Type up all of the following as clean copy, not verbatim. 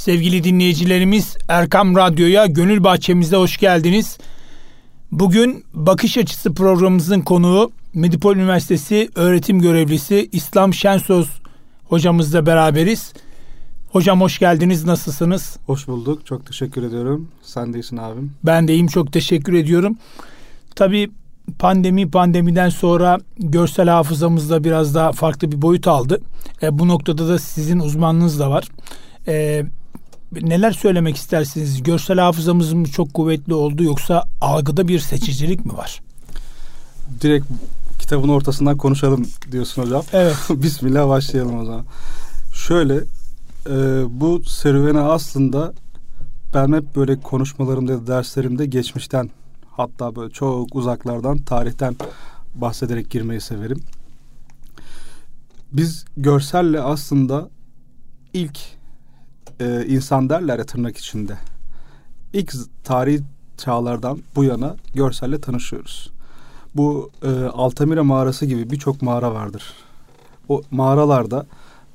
Sevgili dinleyicilerimiz, Erkam Radyo'ya, Gönül Bahçemiz'e hoş geldiniz. Bugün Bakış Açısı programımızın konuğu Medipol Üniversitesi öğretim görevlisi İslam Şensöz hocamızla beraberiz. Hocam hoş geldiniz, nasılsınız? Hoş bulduk, çok teşekkür ediyorum. Sen de iyisin abim. Ben de iyiyim, çok teşekkür ediyorum. Tabii pandemiden sonra görsel hafızamızda biraz daha farklı bir boyut aldı. Bu noktada da sizin uzmanlığınız da var. Neler söylemek istersiniz? Görsel hafızamız mı çok kuvvetli oldu, yoksa algıda bir seçicilik mi var? Direkt kitabın ortasından konuşalım diyorsun hocam. Evet. Bismillah, başlayalım o zaman. Şöyle, bu serüvene aslında ben hep böyle konuşmalarımda, derslerimde geçmişten, hatta böyle çok uzaklardan, tarihten bahsederek girmeyi severim. Biz görselle aslında ilk insan derler ya, tırnak içinde, İlk tarihi çağlardan bu yana görselle tanışıyoruz. Bu Altamira mağarası gibi birçok mağara vardır. O mağaralarda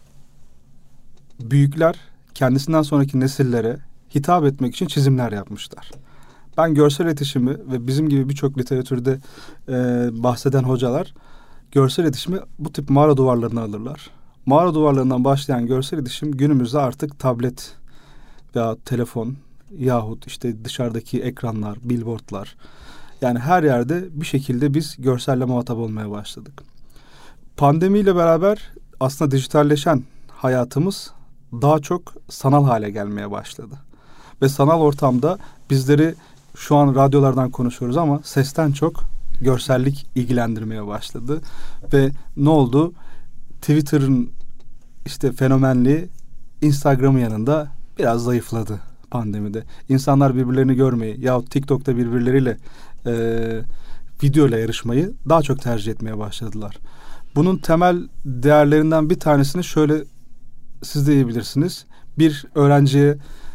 büyükler kendisinden sonraki nesillere hitap etmek için çizimler yapmışlar. Ben görsel iletişimi ve bizim gibi birçok literatürde bahseden hocalar görsel iletişimi bu tip mağara duvarlarına alırlar. Mağara duvarlarından başlayan görsel iletişim günümüzde artık tablet veya telefon yahut işte dışarıdaki ekranlar, billboardlar, yani her yerde bir şekilde biz görselle muhatap olmaya başladık. Pandemiyle beraber aslında dijitalleşen hayatımız daha çok sanal hale gelmeye başladı. Ve sanal ortamda bizleri, şu an radyolardan konuşuyoruz ama sesten çok görsellik ilgilendirmeye başladı. Ve ne oldu? Twitter'ın işte fenomenliği Instagram'ın yanında biraz zayıfladı pandemide. İnsanlar birbirlerini görmeyi yahut TikTok'ta birbirleriyle videoyla yarışmayı daha çok tercih etmeye başladılar. Bunun temel değerlerinden bir tanesini şöyle siz de iyi bilirsiniz. Bir öğrenciye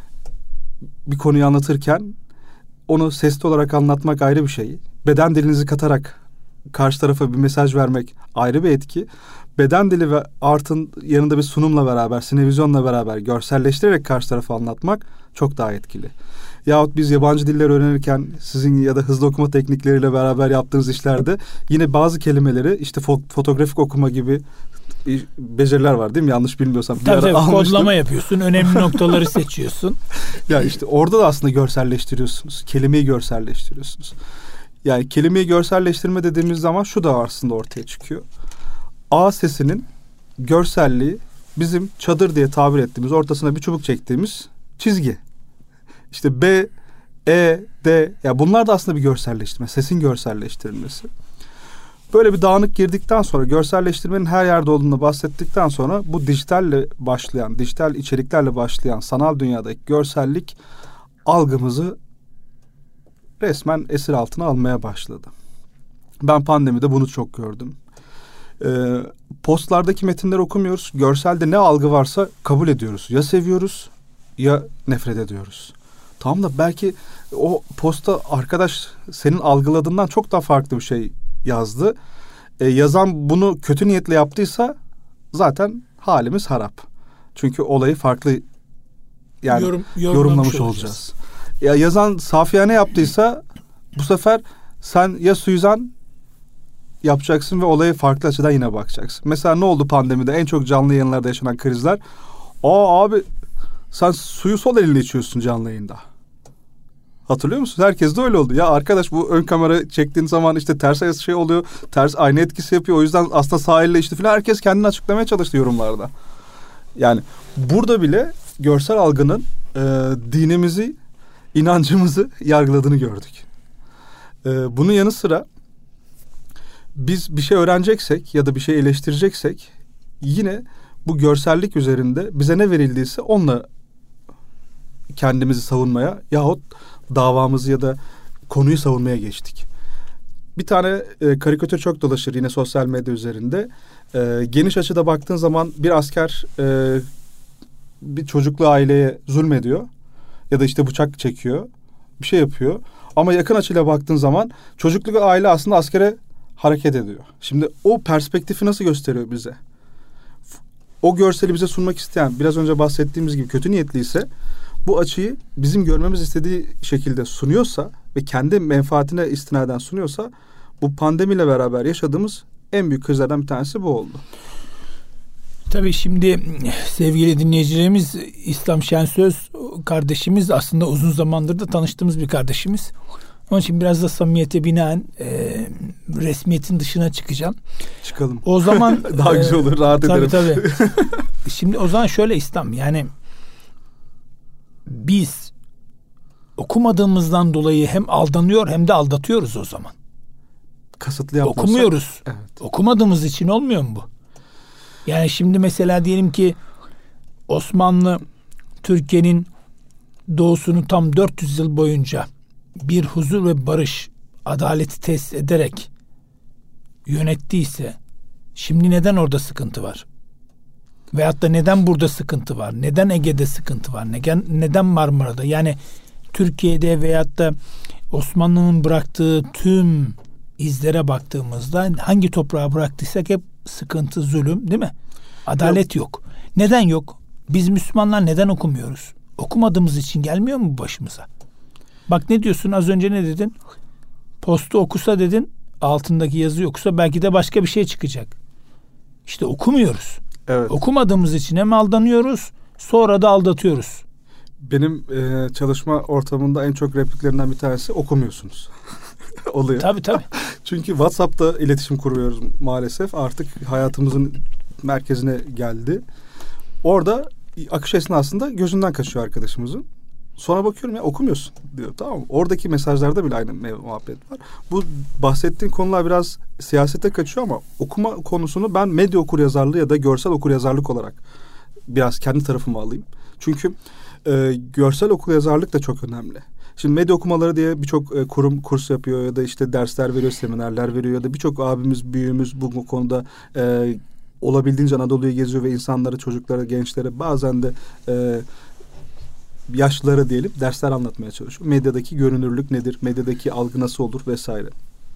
bir konuyu anlatırken onu sesli olarak anlatmak ayrı bir şey. Beden dilinizi katarak karşı tarafa bir mesaj vermek ayrı bir etki. Beden dili ve artın yanında bir sunumla beraber, sinevizyonla beraber görselleştirerek karşı tarafa anlatmak çok daha etkili. Yahut biz yabancı diller öğrenirken sizin ya da hızlı okuma teknikleriyle beraber yaptığınız işlerde yine bazı kelimeleri işte fotoğrafik okuma gibi beceriler var değil mi? Yanlış bilmiyorsam. Tabii kodlama yapıyorsun. Önemli noktaları seçiyorsun. Ya işte orada da aslında görselleştiriyorsunuz. Kelimeyi görselleştiriyorsunuz. Yani kelimeyi görselleştirme dediğimiz zaman şu da aslında ortaya çıkıyor. A sesinin görselliği bizim çadır diye tabir ettiğimiz, ortasına bir çubuk çektiğimiz çizgi. İşte B, E, D, ya bunlar da aslında bir görselleştirme, sesin görselleştirilmesi. Böyle bir dağınık girdikten sonra, görselleştirmenin her yerde olduğunu bahsettikten sonra bu dijitalle başlayan, dijital içeriklerle başlayan sanal dünyadaki görsellik algımızı resmen esir altına almaya başladı. Ben pandemide bunu çok gördüm. Postlardaki metinleri okumuyoruz. Görselde ne algı varsa kabul ediyoruz. Ya seviyoruz ya nefret ediyoruz. Tamam da belki o posta arkadaş senin algıladığından çok daha farklı bir şey yazdı. Yazan bunu kötü niyetle yaptıysa zaten halimiz harap. Çünkü olayı farklı yani yorumlamış olacağız. Ya yazan safiyane yaptıysa bu sefer sen ya suizan yapacaksın ve olaya farklı açıdan yine bakacaksın. Mesela ne oldu pandemide? En çok canlı yayınlarda yaşanan krizler. Abi sen suyu sol elinle içiyorsun canlı yayında. Hatırlıyor musun? Herkes de öyle oldu. Ya arkadaş, bu ön kamera çektiğin zaman işte ters şey oluyor. Ters ayna etkisi yapıyor. O yüzden aslında sağ elle içti falan. Herkes kendini açıklamaya çalıştı yorumlarda. Yani burada bile görsel algının dinimizi, inancımızı yargıladığını gördük. Bunun yanı sıra biz bir şey öğreneceksek ya da bir şey eleştireceksek yine bu görsellik üzerinde bize ne verildiyse onunla kendimizi savunmaya yahut davamızı ya da konuyu savunmaya geçtik. Bir tane karikatür çok dolaşır yine sosyal medya üzerinde. Geniş açıda baktığın zaman bir asker bir çocuklu aileye zulmediyor ya da işte bıçak çekiyor, bir şey yapıyor. Ama yakın açıyla baktığın zaman çocuklu aile aslında askere hareket ediyor. Şimdi o perspektifi nasıl gösteriyor bize? o görseli bize sunmak isteyen, biraz önce bahsettiğimiz gibi kötü niyetliyse, bu açıyı bizim görmemiz istediği şekilde sunuyorsa ve kendi menfaatine istinaden sunuyorsa, bu pandemiyle beraber yaşadığımız en büyük krizlerden bir tanesi bu oldu. Tabii şimdi sevgili dinleyicilerimiz, İslam Şensöz kardeşimiz aslında uzun zamandır da tanıştığımız bir kardeşimiz. Onun için biraz da samimiyete binaen resmiyetin dışına çıkacağım. Çıkalım. O zaman daha güzel olur, rahat ederim. Tabii. Şimdi o zaman şöyle İslam, yani biz okumadığımızdan dolayı hem aldanıyor hem de aldatıyoruz o zaman. Kasıtlı yapmıyorsak. Okumuyoruz. Evet. Okumadığımız için olmuyor mu bu? Yani şimdi mesela diyelim ki Osmanlı Türkiye'nin doğusunu tam 400 yıl boyunca bir huzur ve barış, adaleti tesis ederek yönettiyse, şimdi neden orada sıkıntı var? Veyahut da neden burada sıkıntı var? Neden Ege'de sıkıntı var? Neden Marmara'da? Yani Türkiye'de veyahut da Osmanlı'nın bıraktığı tüm izlere baktığımızda hangi toprağa bıraktıysak hep sıkıntı, zulüm, değil mi? Adalet yok. Neden yok? Biz Müslümanlar neden okumuyoruz? Okumadığımız için gelmiyor mu başımıza? Bak ne diyorsun, az önce ne dedin? Postu okusa dedin, altındaki yazıyı okusa belki de başka bir şey çıkacak. İşte okumuyoruz. Evet. Okumadığımız için hem aldanıyoruz, sonra da aldatıyoruz. Benim çalışma ortamında en çok repliklerinden bir tanesi okumuyorsunuz. Oluyor. Tabii. Çünkü WhatsApp'ta iletişim kuruyoruz maalesef. Artık hayatımızın merkezine geldi. Orada akış esnasında gözünden kaçıyor arkadaşımızın. Sonra bakıyorum, ya okumuyorsun diyor. Tamam mı? Oradaki mesajlarda bile aynı muhabbet var. Bu bahsettiğin konular biraz siyasete kaçıyor ama okuma konusunu ben medya okuryazarlığı ya da görsel okuryazarlık olarak biraz kendi tarafıma alayım. Çünkü görsel okuryazarlık da çok önemli. Şimdi medya okumaları diye birçok kurum kurs yapıyor ya da işte dersler veriyor, seminerler veriyor ya da birçok abimiz, büyüğümüz bu konuda olabildiğince Anadolu'yu geziyor ve insanlara, çocuklara, gençlere, bazen de yaşlılara diyelim dersler anlatmaya çalışıyor. Medyadaki görünürlük nedir? Medyadaki algı nasıl olur vesaire.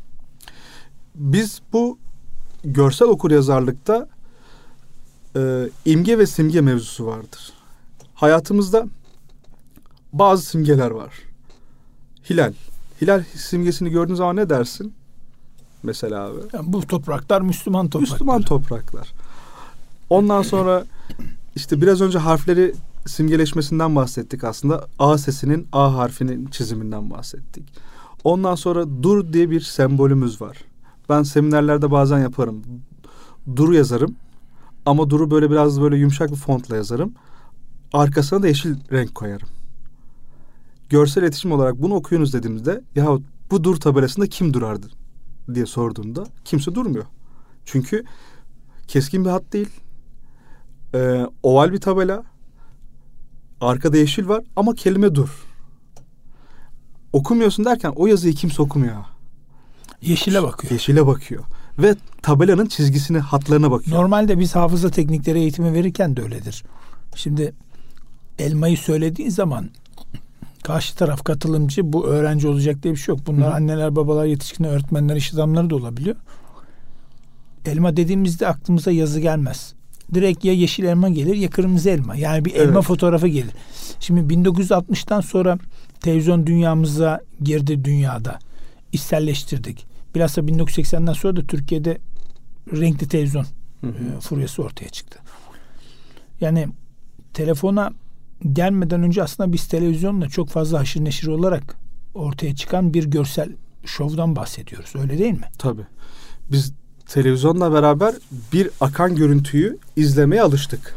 Biz bu görsel okuryazarlıkta imge ve simge mevzusu vardır. Hayatımızda bazı simgeler var. Hilal. Hilal simgesini gördüğün zaman ne dersin? Mesela abi. Yani bu topraklar Müslüman topraklar. Müslüman topraklar. Ondan sonra işte biraz önce harfleri simgeleşmesinden bahsettik aslında. A sesinin A harfinin çiziminden bahsettik. Ondan sonra dur diye bir sembolümüz var. Ben seminerlerde bazen yaparım. Duru yazarım. Ama duru böyle biraz böyle yumuşak bir fontla yazarım. Arkasına da yeşil renk koyarım. Görsel iletişim olarak bunu okuyunuz dediğimizde, ya bu dur tabelasında kim durardı diye sorduğumda kimse durmuyor. Çünkü keskin bir hat değil. Oval bir tabela. Arkada yeşil var ama kelime dur. Okumuyorsun derken o yazıyı kimse okumuyor. Yeşile bakıyor. Yeşile bakıyor. Ve tabelanın çizgisine, hatlarına bakıyor. Normalde biz hafıza teknikleri eğitimi verirken de öyledir. Şimdi elmayı söylediğin zaman karşı taraf katılımcı, bu öğrenci olacak diye bir şey yok. Bunlar anneler, babalar, yetişkinler, öğretmenler, iş adamları da olabiliyor. Elma dediğimizde aklımıza yazı gelmez. Direkt ya yeşil elma gelir ya kırmızı elma. Yani bir elma fotoğrafı gelir. Şimdi 1960'tan sonra televizyon dünyamıza girdi dünyada. İşselleştirdik. Bilhassa 1980'den sonra da Türkiye'de renkli televizyon furyası ortaya çıktı. Yani telefona gelmeden önce aslında biz televizyonla çok fazla haşır neşir olarak ortaya çıkan bir görsel şovdan bahsediyoruz. Öyle değil mi? Tabii. Biz televizyonla beraber bir akan görüntüyü izlemeye alıştık.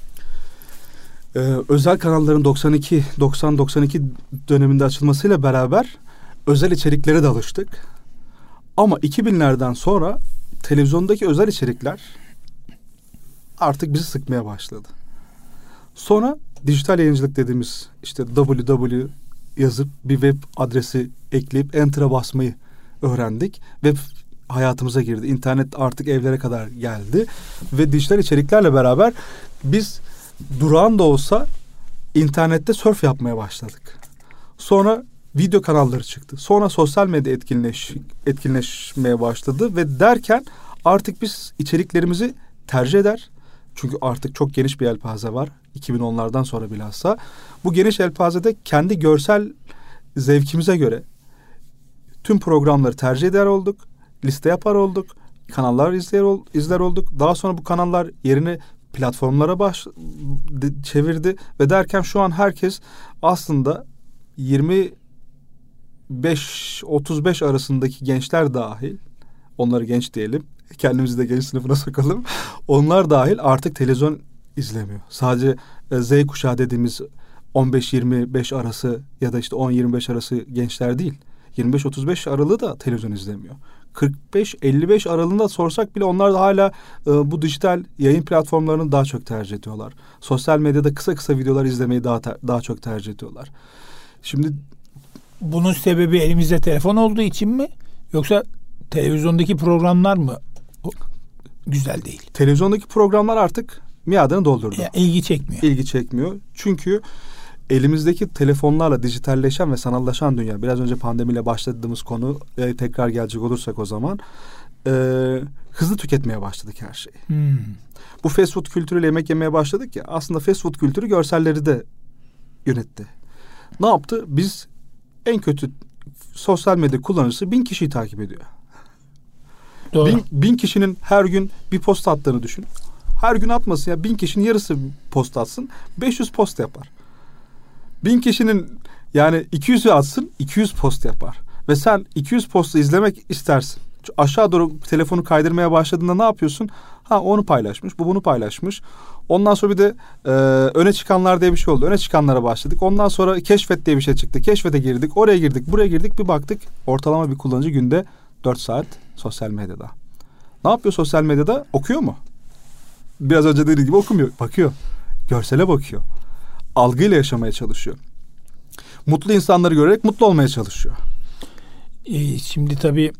Özel kanalların 90-92 döneminde açılmasıyla beraber özel içeriklere de alıştık. Ama 2000'lerden sonra televizyondaki özel içerikler artık bizi sıkmaya başladı. Sonra dijital yayıncılık dediğimiz işte www yazıp bir web adresi ekleyip enter'a basmayı öğrendik. Web hayatımıza girdi. İnternet artık evlere kadar geldi. Ve dijital içeriklerle beraber biz durağan da olsa internette surf yapmaya başladık. Sonra video kanalları çıktı. Sonra sosyal medya etkinleşmeye başladı ve derken artık biz içeriklerimizi tercih eder Çünkü artık çok geniş bir yelpaze var. 2010'lardan sonra bilhassa. Bu geniş yelpazede kendi görsel zevkimize göre tüm programları tercih eder olduk. Liste yapar olduk. Kanallar izler olduk. Daha sonra bu kanallar yerini platformlara çevirdi. Ve derken şu an herkes aslında 25-35 arasındaki gençler dahil, onları genç diyelim, kendimizi de genç sınıfına sokalım. Onlar dahil artık televizyon izlemiyor. Sadece Z kuşağı dediğimiz 15-25 arası ya da işte 10-25 arası gençler değil. 25-35 aralığı da televizyon izlemiyor. 45-55 aralığında sorsak bile onlar da hala bu dijital yayın platformlarını daha çok tercih ediyorlar. Sosyal medyada kısa kısa videolar izlemeyi daha çok tercih ediyorlar. Şimdi bunun sebebi elimizde telefon olduğu için mi? Yoksa televizyondaki programlar mı güzel değil? Televizyondaki programlar artık miadını doldurdu. İlgi çekmiyor. İlgi çekmiyor. Çünkü elimizdeki telefonlarla dijitalleşen ve sanallaşan dünya, biraz önce pandemiyle başladığımız konu tekrar gelecek olursak o zaman hızlı tüketmeye başladık her şeyi. Bu fast food kültürüyle yemek yemeye başladık ya, aslında fast food kültürü görselleri de yönetti. Ne yaptı? Biz en kötü sosyal medya kullanıcısı 1000 kişiyi takip ediyor. Doğru. 1000 kişinin her gün bir post attığını düşün. Her gün atmasın ya, 1000 kişinin yarısı post atsın, 500 post yapar. 1000 kişinin yani 200'ü atsın, 200 post yapar. Ve sen 200 postu izlemek istersin. Aşağı doğru telefonu kaydırmaya başladığında ne yapıyorsun? Onu paylaşmış, bu bunu paylaşmış. Ondan sonra bir de öne çıkanlar diye bir şey oldu. Öne çıkanlara başladık. Ondan sonra keşfet diye bir şey çıktı. Keşfete girdik, oraya girdik, buraya girdik. Bir baktık ortalama bir kullanıcı günde 4 saat sosyal medyada. Ne yapıyor sosyal medyada? Okuyor mu? Biraz önce dediğim gibi okumuyor. Bakıyor. Görsele bakıyor. Algıyla yaşamaya çalışıyor. Mutlu insanları görerek mutlu olmaya çalışıyor. Şimdi tabii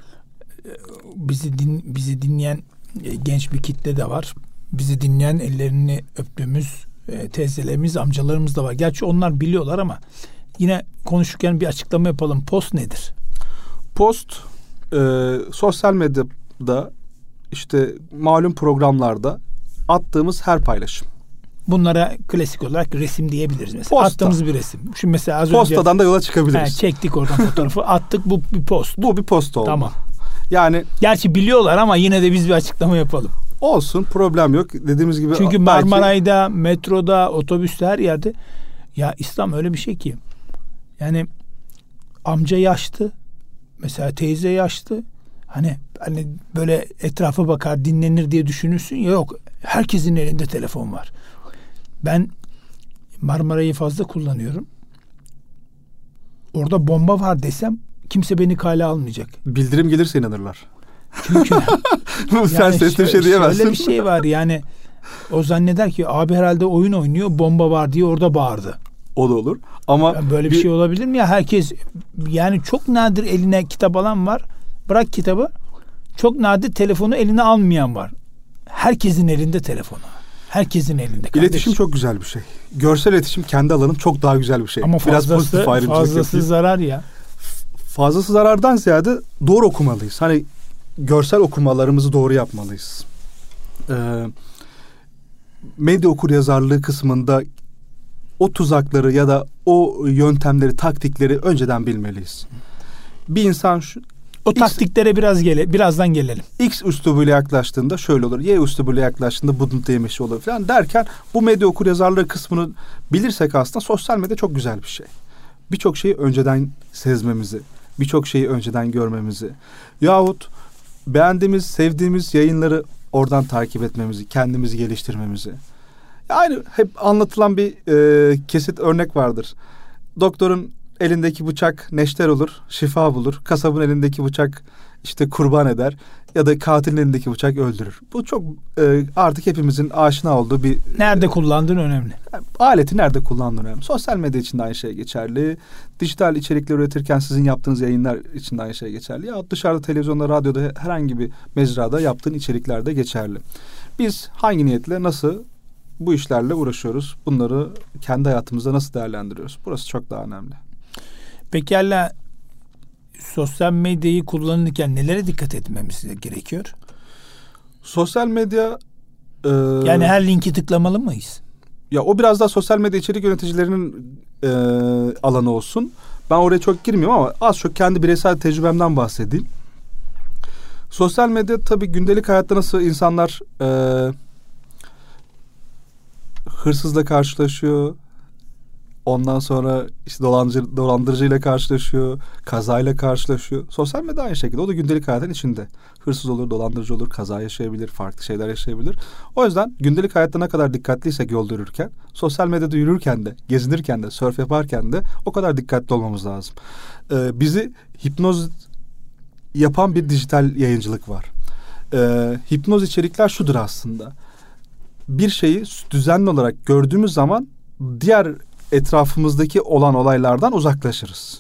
bizi dinleyen genç bir kitle de var. Bizi dinleyen, ellerini öptüğümüz teyzelerimiz, amcalarımız da var. Gerçi onlar biliyorlar ama yine konuşurken bir açıklama yapalım. Post nedir? Post sosyal medyada işte malum programlarda attığımız her paylaşım. Bunlara klasik olarak resim diyebiliriz mesela. Posta. Attığımız bir resim. Şimdi mesela az Postadan önce da yola çıkabiliriz. Çektik oradan fotoğrafı, attık, bu bir post. Bu bir post oldu. Tamam. Yani gerçi biliyorlar ama yine de biz bir açıklama yapalım. Olsun, problem yok. Dediğimiz gibi çünkü Marmaray'da, metroda, otobüste, her yerde ya İslam öyle bir şey ki yani amca yaşlı, mesela teyze yaşlı, hani böyle etrafa bakar, dinlenir diye düşünürsün ya, yok, herkesin elinde telefon var. Ben Marmaray'ı fazla kullanıyorum. Orada bomba var desem kimse beni kale almayacak. Bildirim gelirse inanırlar. Çünkü sen sesli bir şey diyemezsin. Öyle bir şey var yani, o zanneder ki abi herhalde oyun oynuyor, bomba var diye orada bağırdı. O da olur. Ama yani böyle bir şey olabilir mi ya? Herkes, yani çok nadir eline kitap alan var. Bırak kitabı, çok nadir telefonu eline almayan var. Herkesin elinde telefonu. Herkesin elinde. Kardeşim. İletişim çok güzel bir şey. Görsel iletişim kendi alanım çok daha güzel bir şey. Ama fazlası zarar ya. Fazlası zarardan ziyade doğru okumalıyız. Hani görsel okumalarımızı doğru yapmalıyız. Medya okuryazarlığı kısmında o tuzakları ya da o yöntemleri, taktikleri önceden bilmeliyiz. Bir insan taktiklere birazdan gelelim. X üslubuyla yaklaştığında şöyle olur. Y üslubuyla yaklaştığında bunun demişi olur falan derken, bu medya okuryazarlığı kısmını bilirsek aslında sosyal medya çok güzel bir şey. Birçok şeyi önceden sezmemizi, birçok şeyi önceden görmemizi yahut beğendiğimiz, sevdiğimiz yayınları oradan takip etmemizi, kendimizi geliştirmemizi. Yani hep anlatılan bir kesit örnek vardır. Doktorun elindeki bıçak neşter olur, şifa bulur. Kasabın elindeki bıçak işte kurban eder ya da katilin elindeki bıçak öldürür. Bu çok artık hepimizin aşina olduğu bir... Nerede kullandığın önemli. Aleti nerede kullandığın önemli. Sosyal medya için de aynı şey geçerli. Dijital içerikler üretirken sizin yaptığınız yayınlar için de aynı şey geçerli. Ya dışarıda, televizyonda, radyoda, herhangi bir mecrada yaptığın içerikler de geçerli. Biz hangi niyetle, nasıl bu işlerle uğraşıyoruz? Bunları kendi hayatımızda nasıl değerlendiriyoruz? Burası çok daha önemli. Pekala, sosyal medyayı kullanırken nelere dikkat etmemiz gerekiyor? Sosyal medya Yani her linki tıklamalı mıyız? Ya o biraz daha sosyal medya içerik yöneticilerinin alanı olsun. Ben oraya çok girmiyorum ama az çok kendi bireysel tecrübemden bahsedeyim. Sosyal medya tabii gündelik hayatta nasıl insanlar hırsızla karşılaşıyor. Ondan sonra işte dolandırıcıyla karşılaşıyor. Kazayla karşılaşıyor. Sosyal medya aynı şekilde. O da gündelik hayatın içinde. Hırsız olur, dolandırıcı olur, kaza yaşayabilir, farklı şeyler yaşayabilir. O yüzden gündelik hayatta ne kadar dikkatliysek yolda yürürken, sosyal medyada yürürken de, gezinirken de, surf yaparken de o kadar dikkatli olmamız lazım. Bizi hipnoz yapan bir dijital yayıncılık var. Hipnoz içerikler şudur aslında. Bir şeyi düzenli olarak gördüğümüz zaman diğer etrafımızdaki olan olaylardan uzaklaşırız.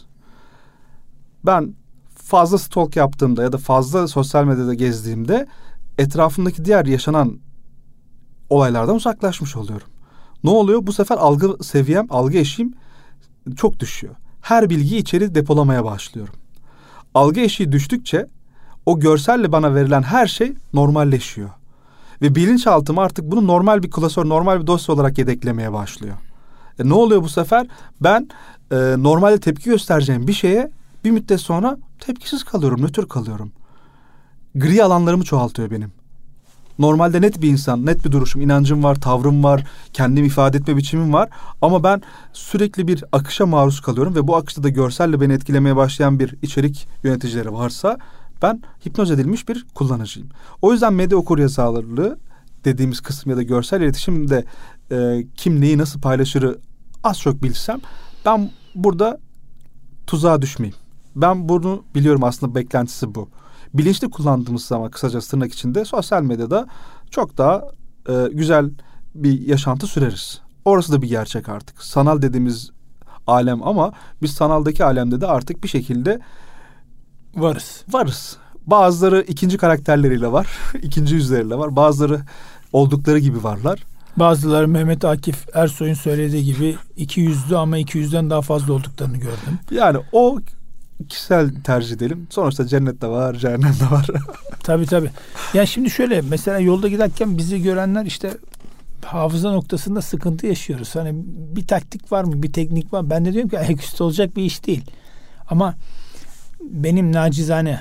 Ben fazla stalk yaptığımda ya da fazla sosyal medyada gezdiğimde etrafımdaki diğer yaşanan olaylardan uzaklaşmış oluyorum. Ne oluyor? Bu sefer algı seviyem, algı eşiğim çok düşüyor. Her bilgiyi içeri depolamaya başlıyorum. Algı eşiği düştükçe o görselle bana verilen her şey normalleşiyor. Ve bilinçaltım artık bunu normal bir klasör, normal bir dosya olarak yedeklemeye başlıyor. Ne oluyor bu sefer? Ben normalde tepki göstereceğim bir şeye bir müddet sonra tepkisiz kalıyorum, nötr kalıyorum. Gri alanlarımı çoğaltıyor benim. Normalde net bir insan, net bir duruşum, inancım var, tavrım var, kendimi ifade etme biçimim var. Ama ben sürekli bir akışa maruz kalıyorum ve bu akışta da görselle beni etkilemeye başlayan bir içerik yöneticileri varsa ben hipnoz edilmiş bir kullanıcıyım. O yüzden medya okuryazarlığı dediğimiz kısım ya da görsel iletişimde kim neyi nasıl paylaşırı az çok bilsem ben burada tuzağa düşmeyeyim. Ben bunu biliyorum, aslında beklentisi bu. Bilinçli kullandığımız zaman kısaca tırnak içinde sosyal medyada çok daha güzel bir yaşantı süreriz. Orası da bir gerçek artık. Sanal dediğimiz alem ama biz sanaldaki alemde de artık bir şekilde varız. Bazıları ikinci karakterleriyle var. İkinci yüzleriyle var. Bazıları oldukları gibi varlar. Bazıları Mehmet Akif Ersoy'un söylediği gibi 200'lü ama 200'den daha fazla olduklarını gördüm. Yani o kişisel tercih edelim. Sonuçta cennet de var, cehennem de var. Tabii. Yani şimdi şöyle, mesela yolda giderken bizi görenler işte hafıza noktasında sıkıntı yaşıyoruz. Hani bir taktik var mı, bir teknik var mı? Ben de diyorum ki ayaküstü olacak bir iş değil. Ama benim nacizane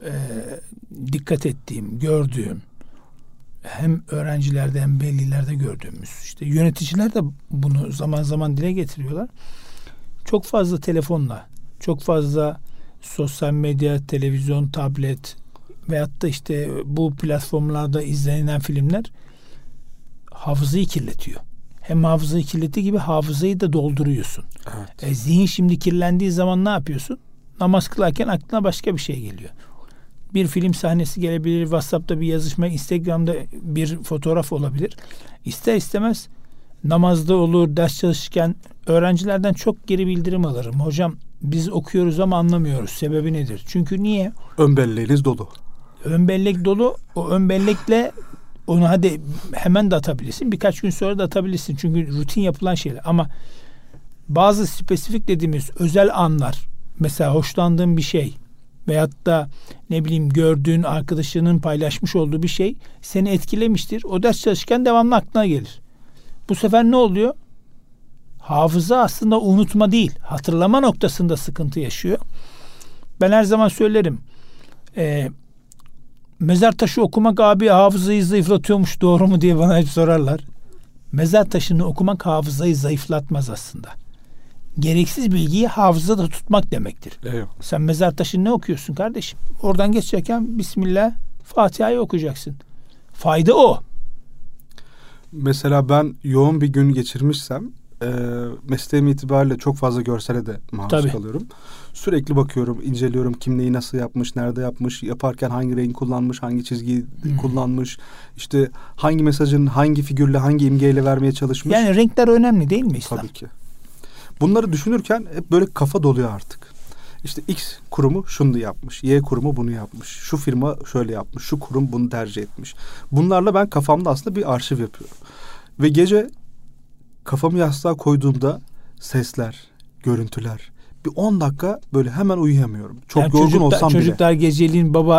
dikkat ettiğim, gördüğüm, hem öğrencilerde hem velilerde gördüğümüz, işte yöneticiler de bunu zaman zaman dile getiriyorlar. Çok fazla telefonla, çok fazla sosyal medya, televizyon, tablet veyahut da işte bu platformlarda izlenilen filmler hafızayı kirletiyor. Hem hafızayı kirlettiği gibi hafızayı da dolduruyorsun. Evet. Zihin şimdi kirlendiği zaman ne yapıyorsun? Namaz kılarken aklına başka bir şey geliyor. Bir film sahnesi gelebilir, WhatsApp'ta bir yazışma, Instagram'da bir fotoğraf olabilir. İster istemez namazda olur, ders çalışırken öğrencilerden çok geri bildirim alırım. Hocam biz okuyoruz ama anlamıyoruz. Sebebi nedir? Çünkü niye? Ön belleğiniz dolu. Ön bellek dolu. O ön bellekle onu hadi hemen de atabilirsin. Birkaç gün sonra da atabilirsin. Çünkü rutin yapılan şeyler. Ama bazı spesifik dediğimiz özel anlar, mesela hoşlandığın bir şey veyahut da ne bileyim gördüğün arkadaşının paylaşmış olduğu bir şey seni etkilemiştir. O ders çalışırken devamlı aklına gelir. Bu sefer ne oluyor? Hafıza aslında unutma değil, hatırlama noktasında sıkıntı yaşıyor. Ben her zaman söylerim. Mezar taşı okumak abi hafızayı zayıflatıyormuş, doğru mu diye bana hep sorarlar. Mezar taşını okumak hafızayı zayıflatmaz aslında. Gereksiz bilgiyi hafızada tutmak demektir. Evet. Sen mezar taşını ne okuyorsun kardeşim? Oradan geçerken Bismillah, Fatiha'yı okuyacaksın. Fayda o. Mesela ben yoğun bir gün geçirmişsem mesleğim itibariyle çok fazla görsele de maruz kalıyorum. Sürekli bakıyorum, inceliyorum, kim neyi nasıl yapmış, nerede yapmış, yaparken hangi renk kullanmış, hangi çizgiyi kullanmış, işte hangi mesajın hangi figürle, hangi imgeyle vermeye çalışmış. Yani renkler önemli değil mi İslam? Tabii ki. Bunları düşünürken hep böyle kafa doluyor artık. İşte X kurumu şunu yapmış, Y kurumu bunu yapmış, şu firma şöyle yapmış, şu kurum bunu tercih etmiş. Bunlarla ben kafamda aslında bir arşiv yapıyorum. Ve gece kafamı yastığa koyduğumda sesler, görüntüler, bir 10 dakika böyle hemen uyuyamıyorum. Çok yani yorgun olsam bile. Çocuklar geceliğin baba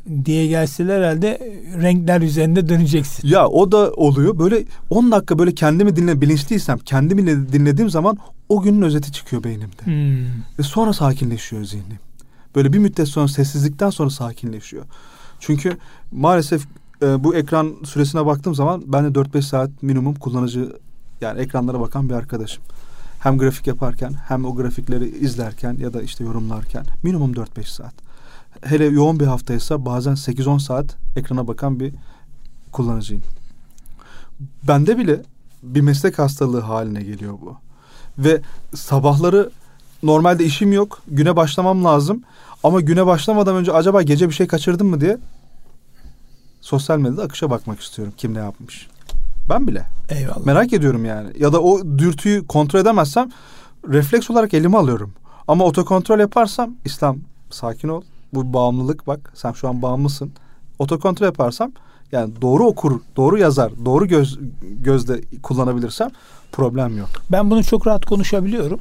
diye gelseler herhalde renkler üzerinde döneceksin. Ya o da oluyor. Böyle 10 dakika böyle kendimi bilinçliysem kendimi dinlediğim zaman o günün özeti çıkıyor beynimde. Ve sonra sakinleşiyor zihnim. Böyle bir müddet sonra, sessizlikten sonra sakinleşiyor. Çünkü maalesef bu ekran süresine baktığım zaman ben de 4-5 saat minimum kullanıcı, yani ekranlara bakan bir arkadaşım. Hem grafik yaparken hem o grafikleri izlerken ya da işte yorumlarken minimum 4-5 saat. Hele yoğun bir haftaysa bazen 8-10 saat ekrana bakan bir kullanıcıyım. Bende bile bir meslek hastalığı haline geliyor bu. Ve sabahları normalde işim yok, güne başlamam lazım. Ama güne başlamadan önce acaba gece bir şey kaçırdım mı diye sosyal medyada akışa bakmak istiyorum. Kim ne yapmış? Ben bile. Eyvallah. Merak ediyorum yani. Ya da o dürtüyü kontrol edemezsem refleks olarak elime alıyorum. Ama otokontrol yaparsam, İslam sakin ol. Bu bağımlılık, bak sen şu an bağımlısın. Otokontrol yaparsam, yani doğru okur, doğru yazar, doğru gözle kullanabilirsem problem yok. Ben bunu çok rahat konuşabiliyorum.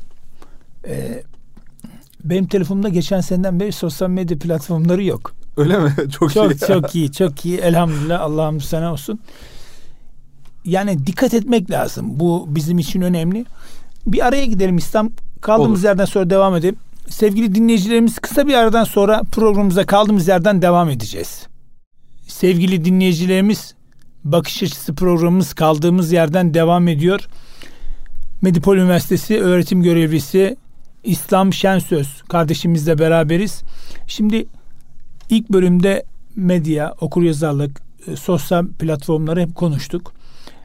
Benim telefonumda geçen seneden beri sosyal medya platformları yok. Öyle mi? Çok iyi. Çok iyi, çok iyi. Elhamdülillah, Allah'ım sana olsun. Yani dikkat etmek lazım. Bu bizim için önemli. Bir araya gidelim İslam. Kaldığımız Olur. yerden sonra devam edelim. Sevgili dinleyicilerimiz, kısa bir aradan sonra programımıza kaldığımız yerden devam edeceğiz. Sevgili dinleyicilerimiz, Bakış Açısı programımız kaldığımız yerden devam ediyor. Medipol Üniversitesi öğretim görevlisi İslam Şensöz kardeşimizle beraberiz. Şimdi ilk bölümde medya, okuryazarlık, sosyal platformları hep konuştuk.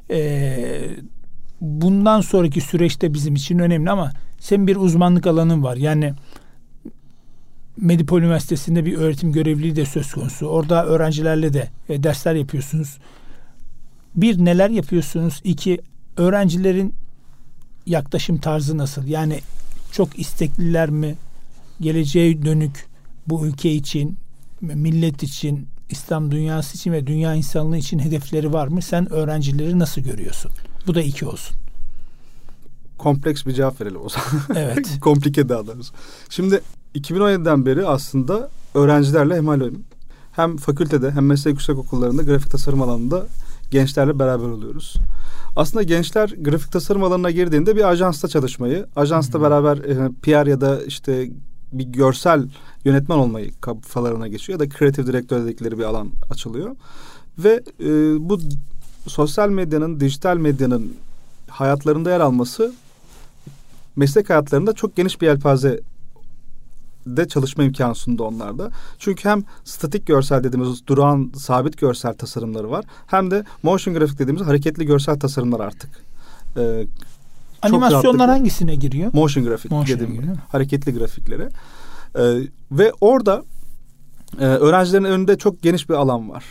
Bundan sonraki süreçte bizim için önemli ama senin bir uzmanlık alanın var. Yani Medipol Üniversitesi'nde bir öğretim görevliliği de söz konusu. Orada öğrencilerle de dersler yapıyorsunuz. Bir, neler yapıyorsunuz? İki, öğrencilerin yaklaşım tarzı nasıl? Yani çok istekliler mi? Geleceğe dönük bu ülke için, millet için, İslam dünyası için ve dünya insanlığı için hedefleri var mı? Sen öğrencileri nasıl görüyorsun? Bu da iki olsun. Kompleks bir cevap verelim o zaman. Evet. Komplike daha doğrusu. Şimdi 2017'den beri aslında öğrencilerle hem fakültede hem meslek yüksek okullarında grafik tasarım alanında gençlerle beraber oluyoruz. Aslında gençler grafik tasarım alanına girdiğinde bir ajansta çalışmayı, ajansta beraber PR ya da işte bir görsel yönetmen olmayı kafalarına geçiyor ya da kreatif direktör dedikleri bir alan açılıyor. Ve bu sosyal medyanın, dijital medyanın hayatlarında yer alması meslek hayatlarında çok geniş bir yelpaze de çalışma imkanı sundu onlarda. Çünkü hem statik görsel dediğimiz durağan sabit görsel tasarımları var. Hem de motion grafik dediğimiz hareketli görsel tasarımlar artık. Animasyonlar hangisine giriyor? Motion grafik dediğim hareketli grafiklere. Ve orada öğrencilerin önünde çok geniş bir alan var.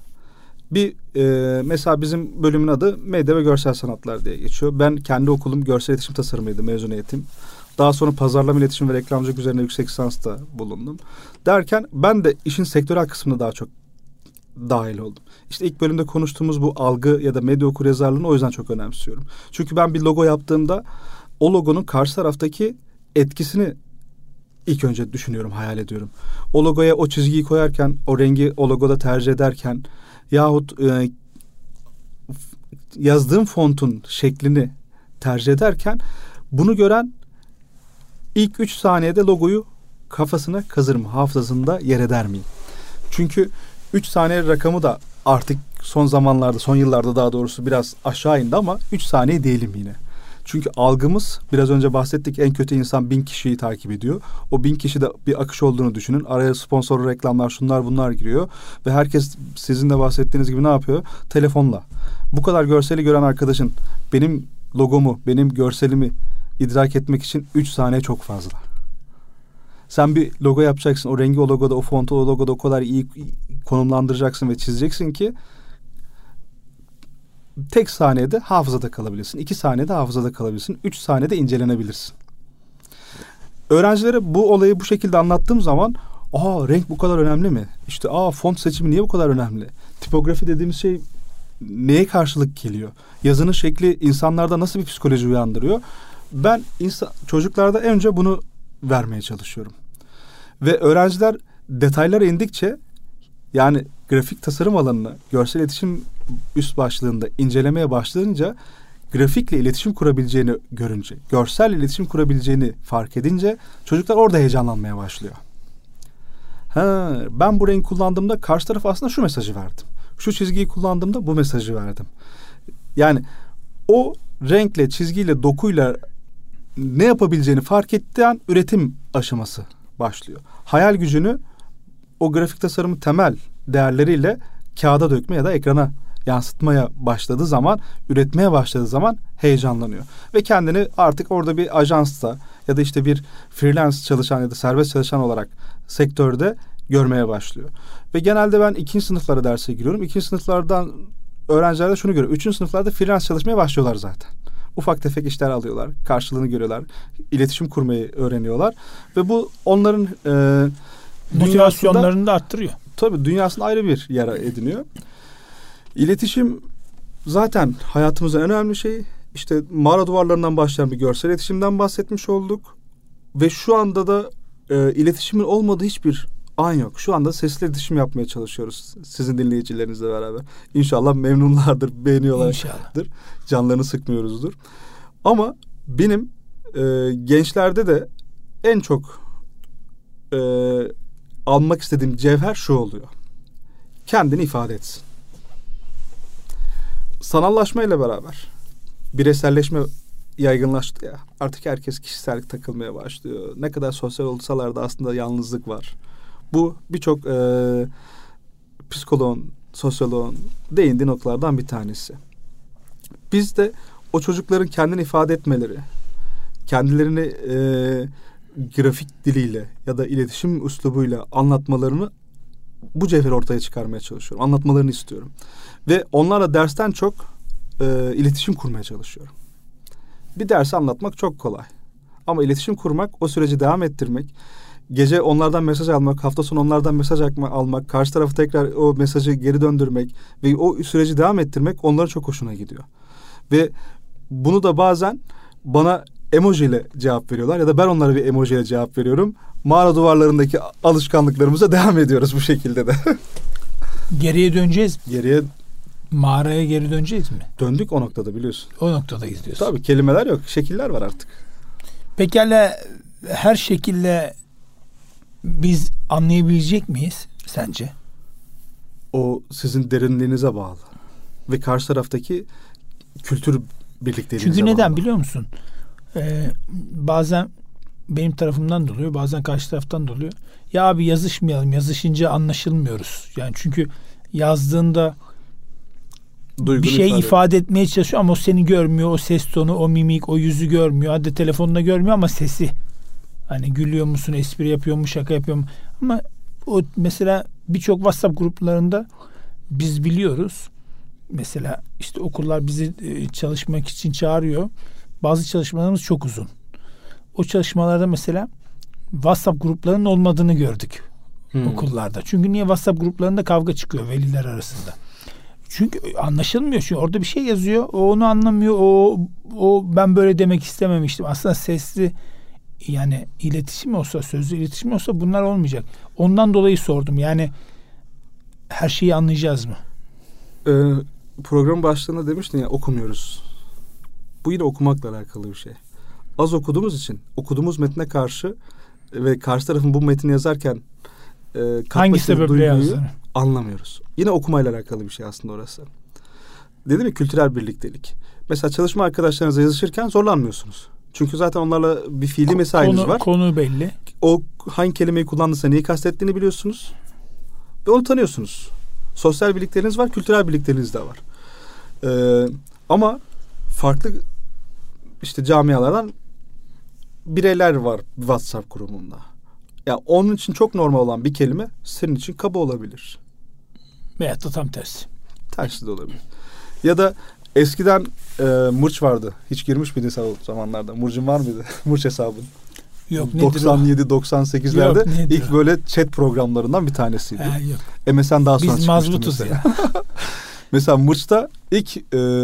Mesela bizim bölümün adı Medya ve Görsel Sanatlar diye geçiyor. Ben kendi okulum görsel iletişim tasarımıydı mezuniyetim. Daha sonra pazarlama, iletişim ve reklamcılık üzerine yüksek lisansta bulundum. Derken ben de işin sektörel kısmına daha çok dahil oldum. İşte ilk bölümde konuştuğumuz bu algı ya da medya okuryazarlığını o yüzden çok önemsiyorum. Çünkü ben bir logo yaptığımda o logonun karşı taraftaki etkisini ilk önce düşünüyorum, hayal ediyorum. O logoya o çizgiyi koyarken, o rengi o logoda tercih ederken yahut yazdığım fontun şeklini tercih ederken bunu gören ilk 3 saniyede logoyu kafasına kazır mı? Hafızasında yer eder miyim? Çünkü 3 saniye rakamı da artık son zamanlarda, son yıllarda daha doğrusu biraz aşağı indi ama 3 saniye diyelim yine. Çünkü algımız, biraz önce bahsettik, en kötü insan 1000 kişiyi takip ediyor. O 1000 kişi de bir akış olduğunu düşünün. Araya sponsorlu reklamlar, şunlar bunlar giriyor. Ve herkes sizin de bahsettiğiniz gibi ne yapıyor? Telefonla. Bu kadar görseli gören arkadaşın benim logomu, benim görselimi idrak etmek için 3 saniye çok fazla. Sen bir logo yapacaksın. O rengi o logoda, o fontu o logoda o kadar iyi konumlandıracaksın ve çizeceksin ki tek saniyede hafızada kalabilirsin. 2 saniyede hafızada kalabilirsin. 3 saniyede incelenebilirsin. Öğrencilere bu olayı bu şekilde anlattığım zaman renk bu kadar önemli mi? İşte font seçimi niye bu kadar önemli? Tipografi dediğimiz şey neye karşılık geliyor? Yazının şekli insanlarda nasıl bir psikoloji uyandırıyor? Ben çocuklarda önce bunu vermeye çalışıyorum. Ve öğrenciler detaylara indikçe Yani grafik tasarım alanını görsel iletişim üst başlığında incelemeye başlayınca, grafikle iletişim kurabileceğini görünce, görsel iletişim kurabileceğini fark edince çocuklar orada heyecanlanmaya başlıyor. Ben bu renk kullandığımda karşı taraf aslında şu mesajı verdim. Şu çizgiyi kullandığımda bu mesajı verdim. Yani o renkle, çizgiyle, dokuyla ne yapabileceğini fark ettiği an üretim aşaması başlıyor. Hayal gücünü o grafik tasarımın temel değerleriyle kağıda dökme ya da ekrana yansıtmaya başladığı zaman, üretmeye başladığı zaman heyecanlanıyor. Ve kendini artık orada bir ajansta ya da işte bir freelance çalışan ya da serbest çalışan olarak sektörde görmeye başlıyor. Ve genelde ben 2. sınıflara derse giriyorum. 2. sınıflardan öğrencilerde şunu görüyorum. 3. sınıflarda freelance çalışmaya başlıyorlar zaten. Ufak tefek işler alıyorlar. Karşılığını görüyorlar. İletişim kurmayı öğreniyorlar. Ve bu onların motivasyonlarını da arttırıyor. Tabii dünyasında ayrı bir yer ediniyor. İletişim zaten hayatımızın en önemli şeyi. İşte mağara duvarlarından başlayan bir görsel iletişimden bahsetmiş olduk. Ve şu anda da iletişimin olmadığı hiçbir an yok. Şu anda sesli iletişim yapmaya çalışıyoruz sizin dinleyicilerinizle beraber. İnşallah memnunlardır, beğeniyorlardır. İnşallah. Canlarını sıkmıyoruzdur. Ama benim gençlerde de en çok almak istediğim cevher şu oluyor. Kendini ifade etsin. Sanallaşmayla beraber bireyselleşme yaygınlaştı ya. Artık herkes kişisellik takılmaya başlıyor. Ne kadar sosyal olsalar da aslında yalnızlık var. Bu birçok psikoloğun, sosyoloğun değindiği noktalardan bir tanesi. Biz de o çocukların kendini ifade etmeleri, kendilerini grafik diliyle ya da iletişim üslubuyla anlatmalarını, bu cevheri ortaya çıkarmaya çalışıyorum. Anlatmalarını istiyorum. Ve onlarla dersten çok iletişim kurmaya çalışıyorum. Bir dersi anlatmak çok kolay. Ama iletişim kurmak, o süreci devam ettirmek, gece onlardan mesaj almak, hafta sonu onlardan mesaj almak, karşı tarafı tekrar o mesajı geri döndürmek ve o süreci devam ettirmek onların çok hoşuna gidiyor. Ve bunu da bazen bana emoji ile cevap veriyorlar ya da ben onlara bir emoji ile cevap veriyorum. Mağara duvarlarındaki alışkanlıklarımıza devam ediyoruz bu şekilde de. Geriye döneceğiz. Mağaraya geri döneceğiz mi? Döndük o noktada, biliyorsun. O noktadayız diyorsun. Tabii, kelimeler yok. Şekiller var artık. Pekala, her şekilde biz anlayabilecek miyiz sence? O sizin derinliğinize bağlı. Ve karşı taraftaki kültür birlikteliğinize bağlı. Çünkü neden biliyor musun? Bazen benim tarafımdan da oluyor, bazen karşı taraftan da oluyor. Ya abi yazışmayalım, yazışınca anlaşılmıyoruz. Yani çünkü yazdığında duygunu bir şey ifade etmeye çalışıyor ama o seni görmüyor, o ses tonu, o mimik, o yüzü görmüyor. Hadi telefonda görmüyor ama sesi. Hani gülüyor musun, espri yapıyor mu, şaka yapıyor mu? Ama o mesela birçok WhatsApp gruplarında biz biliyoruz. Mesela işte okullar bizi çalışmak için çağırıyor. Bazı çalışmalarımız çok uzun. O çalışmalarda mesela WhatsApp gruplarının olmadığını gördük okullarda. Çünkü niye? WhatsApp gruplarında kavga çıkıyor veliler arasında. Çünkü anlaşılmıyor. Çünkü orada bir şey yazıyor. O onu anlamıyor. O ben böyle demek istememiştim. Aslında sesli, yani iletişim olsa, sözlü iletişim olsa bunlar olmayacak. Ondan dolayı sordum. Yani her şeyi anlayacağız mı? Program başlığında demiştin ya, okumuyoruz. Bu yine okumakla alakalı bir şey. Az okuduğumuz için okuduğumuz metne karşı ve karşı tarafın bu metni yazarken hangi sebeple yazdığını anlamıyoruz. Yine okumayla alakalı bir şey aslında orası. Dedim ya, kültürel birliktelik. Mesela çalışma arkadaşlarınızla yazışırken zorlanmıyorsunuz. Çünkü zaten onlarla bir fiili mesainiz var. Konu belli. O hangi kelimeyi kullandıysa neyi kastettiğini biliyorsunuz. Ve onu tanıyorsunuz. Sosyal birlikleriniz var, kültürel birlikleriniz de var. Ama farklı işte camialardan bireyler var WhatsApp grubunda. Ya onun için çok normal olan bir kelime senin için kaba olabilir. Veyahut da tam tersi. Tersi de olabilir. Ya da eskiden Mırç vardı. Hiç girmiş miydin sen o zamanlarda? Mırç'ın var mıydı? Mırç hesabın. Yok, 97-98'lerde ilk böyle chat programlarından bir tanesiydi. Yok. MSN daha sonra çıkmıştı. Biz mazbutuz ya. Mesela Mırç'ta ilk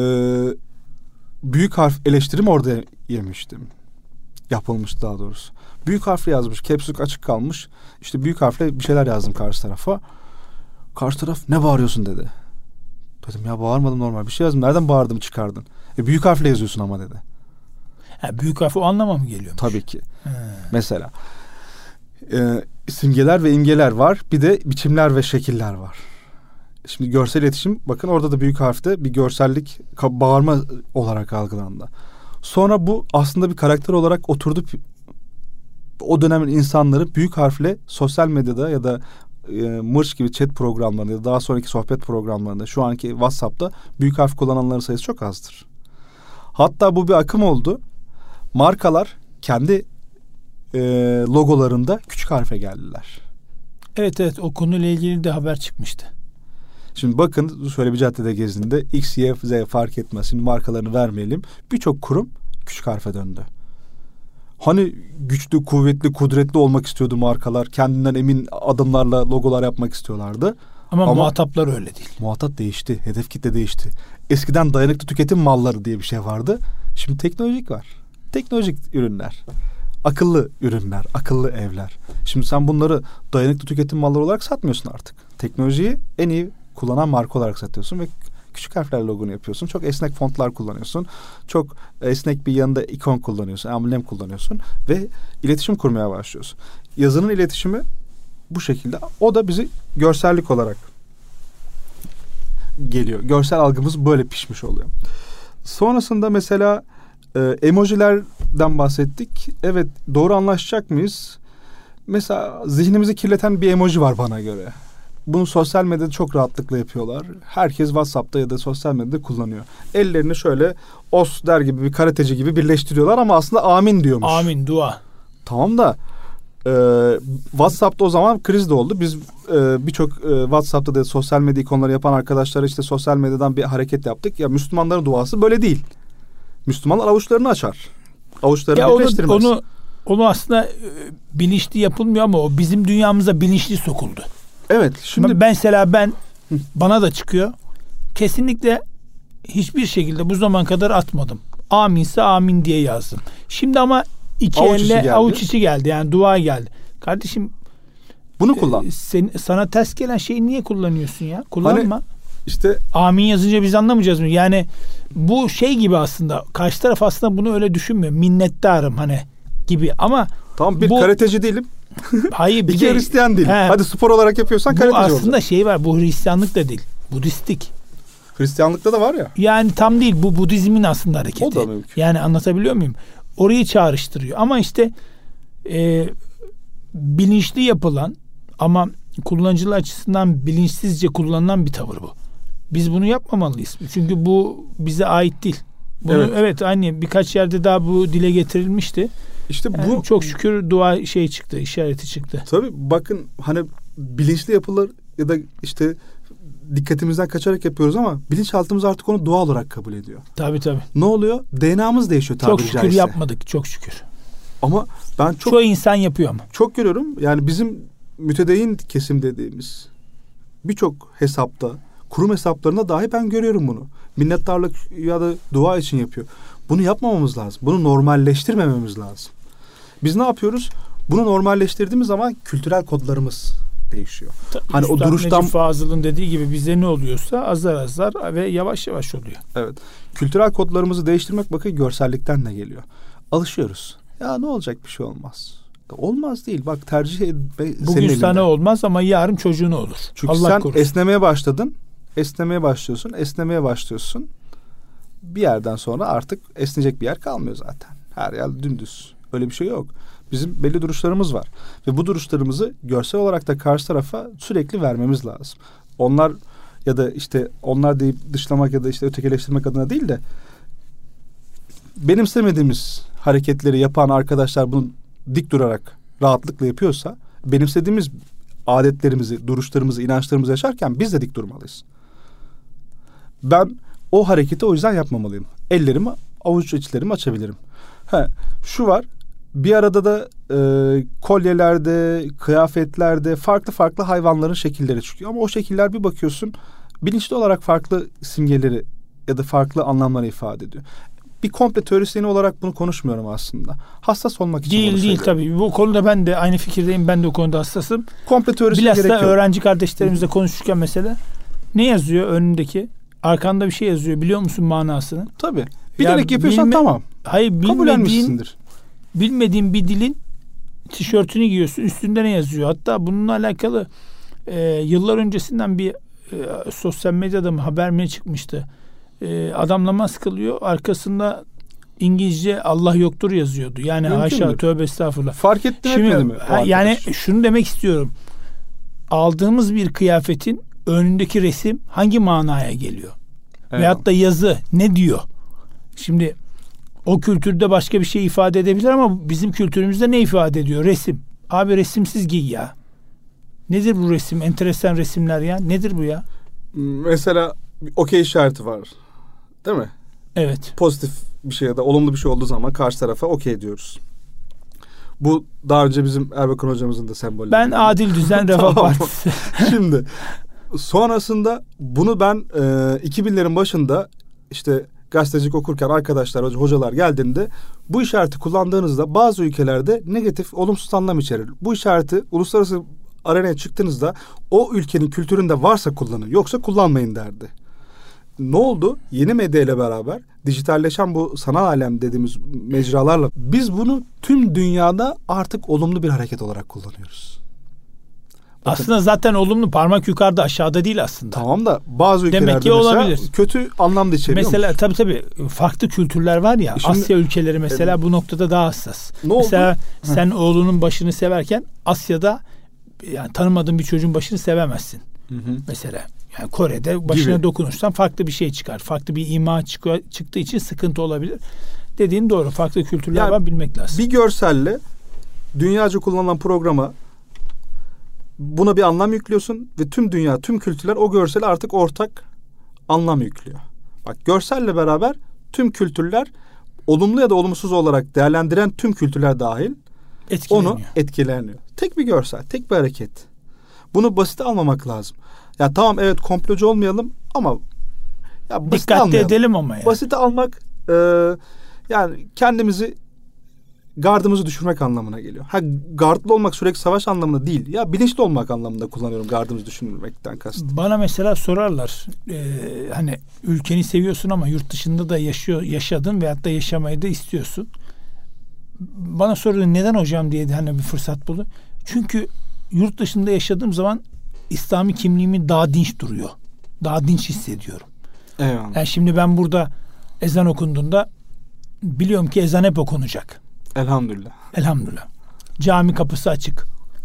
büyük harf eleştirim orada yemiştim. Yapılmış daha doğrusu. Büyük harfle yazmış. Caps lock açık kalmış. İşte büyük harfle bir şeyler yazdım karşı tarafa. Karşı taraf ne bağırıyorsun dedi. Dedim ya bağırmadım, normal bir şey yazdım. Nereden bağırdığımı çıkardın? Büyük harfle yazıyorsun ama dedi. Büyük harf o anlama mı geliyormuş? Tabii ki. Mesela simgeler ve imgeler var. Bir de biçimler ve şekiller var. Şimdi görsel iletişim, bakın orada da büyük harfte bir görsellik, bağırma olarak algılandı. Sonra bu aslında bir karakter olarak oturdu. O dönemin insanları büyük harfle sosyal medyada ya da Mırç gibi chat programlarında ya da daha sonraki sohbet programlarında, şu anki WhatsApp'ta büyük harf kullananların sayısı çok azdır. Hatta bu bir akım oldu. Markalar kendi logolarında küçük harfe geldiler. Evet, o konuyla ilgili de haber çıkmıştı. Şimdi bakın, şöyle bir caddede gezdiğinde X, Y, Z fark etmez. Şimdi markalarını vermeyelim. Birçok kurum küçük harfe döndü. Hani güçlü, kuvvetli, kudretli olmak istiyordu markalar. Kendinden emin adımlarla logolar yapmak istiyorlardı. Ama muhataplar öyle değil. Muhatap değişti. Hedef kitle değişti. Eskiden dayanıklı tüketim malları diye bir şey vardı. Şimdi teknolojik var. Teknolojik ürünler. Akıllı ürünler, akıllı evler. Şimdi sen bunları dayanıklı tüketim malları olarak satmıyorsun artık. Teknolojiyi en iyi kullanan marka olarak satıyorsun ve küçük harflerle logonu yapıyorsun. Çok esnek fontlar kullanıyorsun. Çok esnek bir yanında ikon kullanıyorsun, amblem kullanıyorsun ve iletişim kurmaya başlıyorsun. Yazının iletişimi bu şekilde. O da bizi görsellik olarak geliyor. Görsel algımız böyle pişmiş oluyor. Sonrasında mesela emojilerden bahsettik. Evet, doğru anlaşacak mıyız? Mesela zihnimizi kirleten bir emoji var bana göre. Bunu sosyal medyada çok rahatlıkla yapıyorlar. Herkes WhatsApp'ta ya da sosyal medyada kullanıyor. Ellerini şöyle os der gibi, bir karateci gibi birleştiriyorlar ama aslında amin diyormuş. Amin, dua. Tamam da WhatsApp'ta o zaman kriz de oldu. Biz birçok WhatsApp'ta da sosyal medya ikonları yapan arkadaşlara işte sosyal medyadan bir hareket yaptık. Ya Müslümanların duası böyle değil. Müslümanlar avuçlarını açar. Avuçlarını birleştirmez. Onu aslında bilinçli yapılmıyor ama o bizim dünyamıza bilinçli sokuldu. Evet. Şimdi mesela bana da çıkıyor. Kesinlikle hiçbir şekilde bu zaman kadar atmadım. Aminse amin diye yazdım. Şimdi ama iki elle avuç içi geldi. Yani dua geldi. Kardeşim, bunu kullan. Sana ters gelen şeyi niye kullanıyorsun ya? Kullanma. Hani işte amin yazınca biz anlamayacağız mı? Yani bu şey gibi aslında. Karşı taraf aslında bunu öyle düşünmüyor. Minnettarım hani gibi ama tamam, bir karateci değilim. Hayır, bir de Hristiyan değil. Hadi spor olarak yapıyorsan karateci olacaksın. Bu aslında şey var. Bu Hristiyanlık da değil. Budistik. Hristiyanlıkta da var ya. Yani tam değil. Bu Budizmin aslında hareketi. O da mümkün. Yani anlatabiliyor muyum? Orayı çağrıştırıyor. Ama işte bilinçli yapılan ama kullanıcılar açısından bilinçsizce kullanılan bir tavır bu. Biz bunu yapmamalıyız. Çünkü bu bize ait değil. Bunu, evet aynı birkaç yerde daha bu dile getirilmişti. İşte yani bu çok şükür dua çıktı, işareti çıktı. Tabii bakın, hani bilinçli yapılır ya da işte dikkatimizden kaçarak yapıyoruz ama bilinçaltımız artık onu doğal olarak kabul ediyor. Tabii. Ne oluyor? DNA'mız değişiyor tabiri caizse. Çok şükür yapmadık, çok şükür. Ama ben çoğu insan yapıyor ama. Çok görüyorum. Yani bizim mütedeyyin kesim dediğimiz birçok hesapta, kurum hesaplarında dahi ben görüyorum bunu. Minnettarlık ya da dua için yapıyor. Bunu yapmamamız lazım. Bunu normalleştirmememiz lazım. Biz ne yapıyoruz? Bunu normalleştirdiğimiz zaman kültürel kodlarımız değişiyor. Hani o duruştan Necip Fazıl'ın dediği gibi bize ne oluyorsa azar azar ve yavaş yavaş oluyor. Evet. Kültürel kodlarımızı değiştirmek bakın görsellikten de geliyor. Alışıyoruz. Ya ne olacak, bir şey olmaz. Olmaz değil. Bak tercih bugün sana olmaz ama yarın çocuğuna olur. Çünkü Allah sen korusun. Esnemeye başladın. Esnemeye başlıyorsun. Bir yerden sonra artık esneyecek bir yer kalmıyor zaten. Her yer dümdüz. Öyle bir şey yok. Bizim belli duruşlarımız var. Ve bu duruşlarımızı görsel olarak da karşı tarafa sürekli vermemiz lazım. Onlar ya da işte onlar deyip dışlamak ya da işte ötekileştirmek adına değil de benimsemediğimiz hareketleri yapan arkadaşlar bunu dik durarak rahatlıkla yapıyorsa, benimsediğimiz adetlerimizi, duruşlarımızı, inançlarımızı yaşarken biz de dik durmalıyız. Ben o hareketi o yüzden yapmamalıyım. Ellerimi, avuç içlerimi açabilirim. Şu var. Bir arada da kolyelerde, kıyafetlerde farklı hayvanların şekilleri çıkıyor. Ama o şekiller bir bakıyorsun bilinçli olarak farklı simgeleri ya da farklı anlamları ifade ediyor. bir komple teorisyeni olarak bunu konuşmuyorum aslında. Hassas olmak için bunu Değil tabii. Bu konuda ben de aynı fikirdeyim. Ben de o konuda hassasım. Komple teorisine gerek yok. Bilhassa öğrenci kardeşlerimizle konuşurken mesela ne yazıyor önündeki? Arkanda bir şey yazıyor. Biliyor musun manasını? Tabii. Bilerek yapıyorsan tamam. Hayır, bilmediğin bir dilin tişörtünü giyiyorsun. Üstünde ne yazıyor? Hatta bununla alakalı yıllar öncesinden bir sosyal medyada mı haber mi çıkmıştı? Adam namaz kılıyor. Arkasında İngilizce Allah yoktur yazıyordu. Yani haşa, tövbe estağfurullah. Fark etmedi mi? Yani şunu demek istiyorum. Aldığımız bir kıyafetin önündeki resim hangi manaya geliyor? Evet. Veyahut da yazı ne diyor? Şimdi o kültürde başka bir şey ifade edebilir ama bizim kültürümüzde ne ifade ediyor? Resim. Abi resimsiz giy ya. Nedir bu resim? Enteresan resimler ya. Nedir bu ya? Mesela okey işareti var. Değil mi? Evet. Pozitif bir şey ya da olumlu bir şey olduğu zaman karşı tarafa okey diyoruz. Bu daha önce bizim Erbakan hocamızın da sembolü. Ben Adil Düzen Refah Partisi. Şimdi sonrasında bunu ben 2000'lerin başında işte gazetecilik okurken arkadaşlar, hocalar geldiğinde bu işareti kullandığınızda bazı ülkelerde negatif, olumsuz anlam içerir. Bu işareti uluslararası arenaya çıktığınızda o ülkenin kültüründe varsa kullanın, yoksa kullanmayın derdi. Ne oldu? Yeni medya ile beraber dijitalleşen bu sanal alem dediğimiz mecralarla biz bunu tüm dünyada artık olumlu bir hareket olarak kullanıyoruz. Bakın, aslında zaten olumlu, parmak yukarıda aşağıda değil aslında. Tamam da bazı ülkelerde demek ki mesela olabilir. Kötü anlamda içeriyor. Mesela tabii farklı kültürler var ya. Şimdi, Asya ülkeleri mesela bu noktada daha hassas. Ne mesela oldu? Sen oğlunun başını severken Asya'da yani tanımadığın bir çocuğun başını sevemezsin. Mesela yani Kore'de başına dokunursan farklı bir şey çıkar. Farklı bir ima çıktığı için sıkıntı olabilir. Dediğin doğru. Farklı kültürler var, bilmek lazım. Bir görselle dünyaca kullanılan programa buna bir anlam yüklüyorsun ve tüm dünya, tüm kültürler o görsele artık ortak anlam yüklüyor. Bak, görselle beraber tüm kültürler, olumlu ya da olumsuz olarak değerlendiren tüm kültürler dahil onu etkileniyor. Tek bir görsel, tek bir hareket. Bunu basite almamak lazım. Ya tamam, evet, komplocu olmayalım ama ya dikkatli edelim ama ya. Basite almak yani kendimizi, gardımızı düşürmek anlamına geliyor. Gardlı olmak sürekli savaş anlamında değil. Ya bilinçli olmak anlamında kullanıyorum gardımızı düşürmekten kast. Bana mesela sorarlar. Hani ülkeni seviyorsun ama yurt dışında da yaşadın veyahut da yaşamayı da istiyorsun. Bana soruyor neden hocam diye hani bir fırsat buldu. Çünkü yurt dışında yaşadığım zaman İslami kimliğimi daha dinç duruyor. Daha dinç hissediyorum. Eyvallah. Yani şimdi ben burada ezan okunduğunda biliyorum ki ezan hep okunacak. Elhamdülillah. Elhamdülillah. Cami kapısı açık.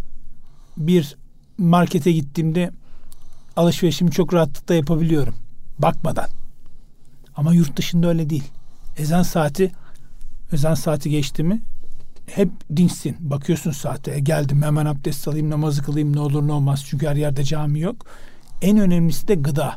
Bir markete gittiğimde alışverişimi çok rahatlıkla yapabiliyorum. Bakmadan. Ama yurt dışında öyle değil. Ezan saati geçti mi hep dinçsin. Bakıyorsun saate. Geldim hemen abdest alayım, namazı kılayım, ne olur ne olmaz. Çünkü her yerde cami yok. En önemlisi de gıda.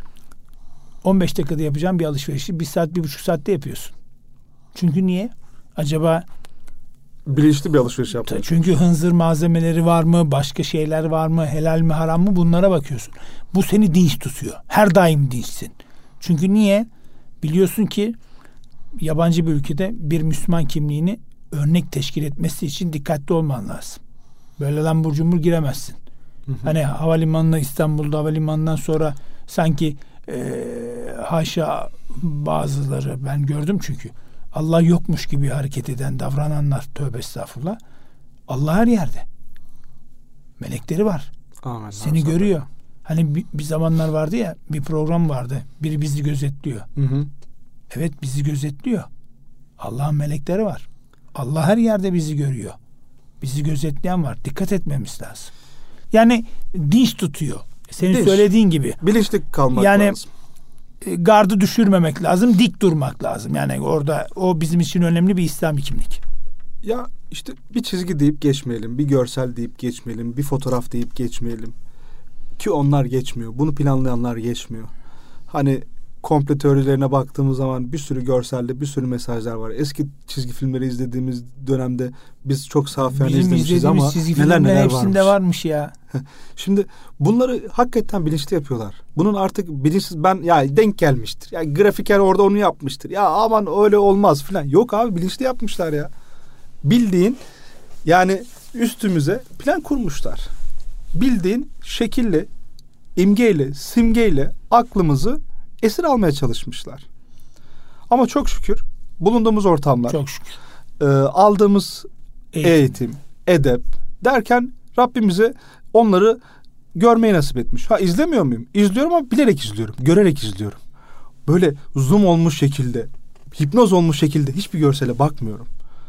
15 dakikada yapacağım bir alışverişi 1 saat, 1,5 saatte yapıyorsun. Çünkü niye? Acaba bilinçli bir alışveriş yaptın. Çünkü hınzır malzemeleri var mı? Başka şeyler var mı? Helal mi, haram mı? Bunlara bakıyorsun. Bu seni dinç tutuyor. Her daim dinçsin. Çünkü niye? Biliyorsun ki yabancı bir ülkede bir Müslüman kimliğini örnek teşkil etmesi için dikkatli olman lazım. Böyle lambur cumbur giremezsin. Hani havalimanına, İstanbul'da havalimanından sonra sanki haşa bazıları ben gördüm çünkü Allah yokmuş gibi hareket eden, davrananlar, tövbe estağfurullah. Allah her yerde. Melekleri var. Amin. Seni görüyor. Hani bir zamanlar vardı ya, bir program vardı. Biri bizi gözetliyor. Evet, bizi gözetliyor. Allah'ın melekleri var. Allah her yerde bizi görüyor. Bizi gözetleyen var. Dikkat etmemiz lazım. Yani dinç tutuyor. Senin söylediğin gibi. Bilinçli kalmak lazım. Gardı düşürmemek lazım. Dik durmak lazım. Yani orada o bizim için önemli bir İslami kimlik. Ya işte bir çizgi deyip geçmeyelim. Bir görsel deyip geçmeyelim. Bir fotoğraf deyip geçmeyelim. Ki onlar geçmiyor. Bunu planlayanlar geçmiyor. Hani komple teorilerine baktığımız zaman bir sürü görselde bir sürü mesajlar var. Eski çizgi filmleri izlediğimiz dönemde biz çok safiyane izlemişiz ama neler hepsinde varmış ya. Şimdi bunları hakikaten bilinçli yapıyorlar. Bunun artık bilinçsiz denk gelmiştir. Ya grafiker orada onu yapmıştır. Ya aman öyle olmaz falan. Yok abi, bilinçli yapmışlar ya. Bildiğin yani üstümüze plan kurmuşlar. Bildiğin şekille, imgeyle, simgeyle aklımızı esir almaya çalışmışlar. Ama çok şükür bulunduğumuz ortamlar, çok şükür, aldığımız eğitim, edep derken Rabbimize onları görmeyi nasip etmiş. İzlemiyor muyum? İzliyorum ama bilerek izliyorum, görerek izliyorum. Böyle zoom olmuş şekilde, hipnoz olmuş şekilde hiçbir görsele bakmıyorum.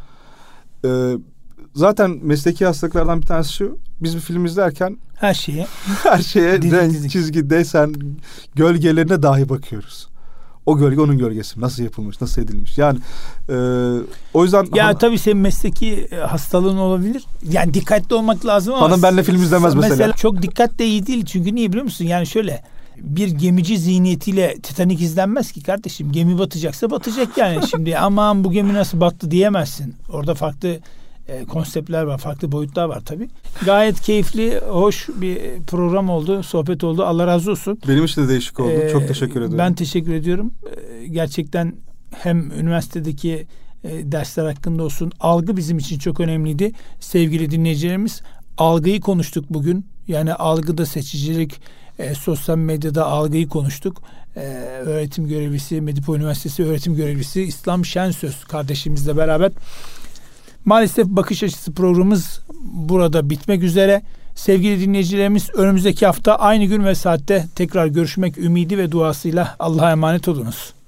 Zaten mesleki hastalıklardan bir tanesi şu: biz bir film izlerken her şeye renk, çizgi, desen, gölgelerine dahi bakıyoruz. O gölge onun gölgesi. Nasıl yapılmış, nasıl edilmiş. Yani o yüzden... Ya tabii senin mesleki hastalığın olabilir. Yani dikkatli olmak lazım ama... Hanım benimle film izlemez mesela. Çok dikkat de iyi değil. Çünkü niye biliyor musun? Yani şöyle, bir gemici zihniyetiyle Titanic izlenmez ki kardeşim. Gemi batacaksa batacak yani. Şimdi aman bu gemi nasıl battı diyemezsin. Orada farklı konseptler var, farklı boyutlar var tabii. Gayet keyifli, hoş bir program oldu, sohbet oldu. Allah razı olsun. Benim için de değişik oldu. Çok teşekkür ederim. Ben teşekkür ediyorum. Gerçekten hem üniversitedeki dersler hakkında olsun, algı bizim için çok önemliydi. Sevgili dinleyicilerimiz, algıyı konuştuk bugün. Yani algıda seçicilik, sosyal medyada algıyı konuştuk. Öğretim görevlisi, Medipol Üniversitesi öğretim görevlisi İslam Şensöz kardeşimizle beraber. Maalesef Bakış Açısı programımız burada bitmek üzere. Sevgili dinleyicilerimiz, önümüzdeki hafta aynı gün ve saatte tekrar görüşmek ümidi ve duasıyla Allah'a emanet olunuz.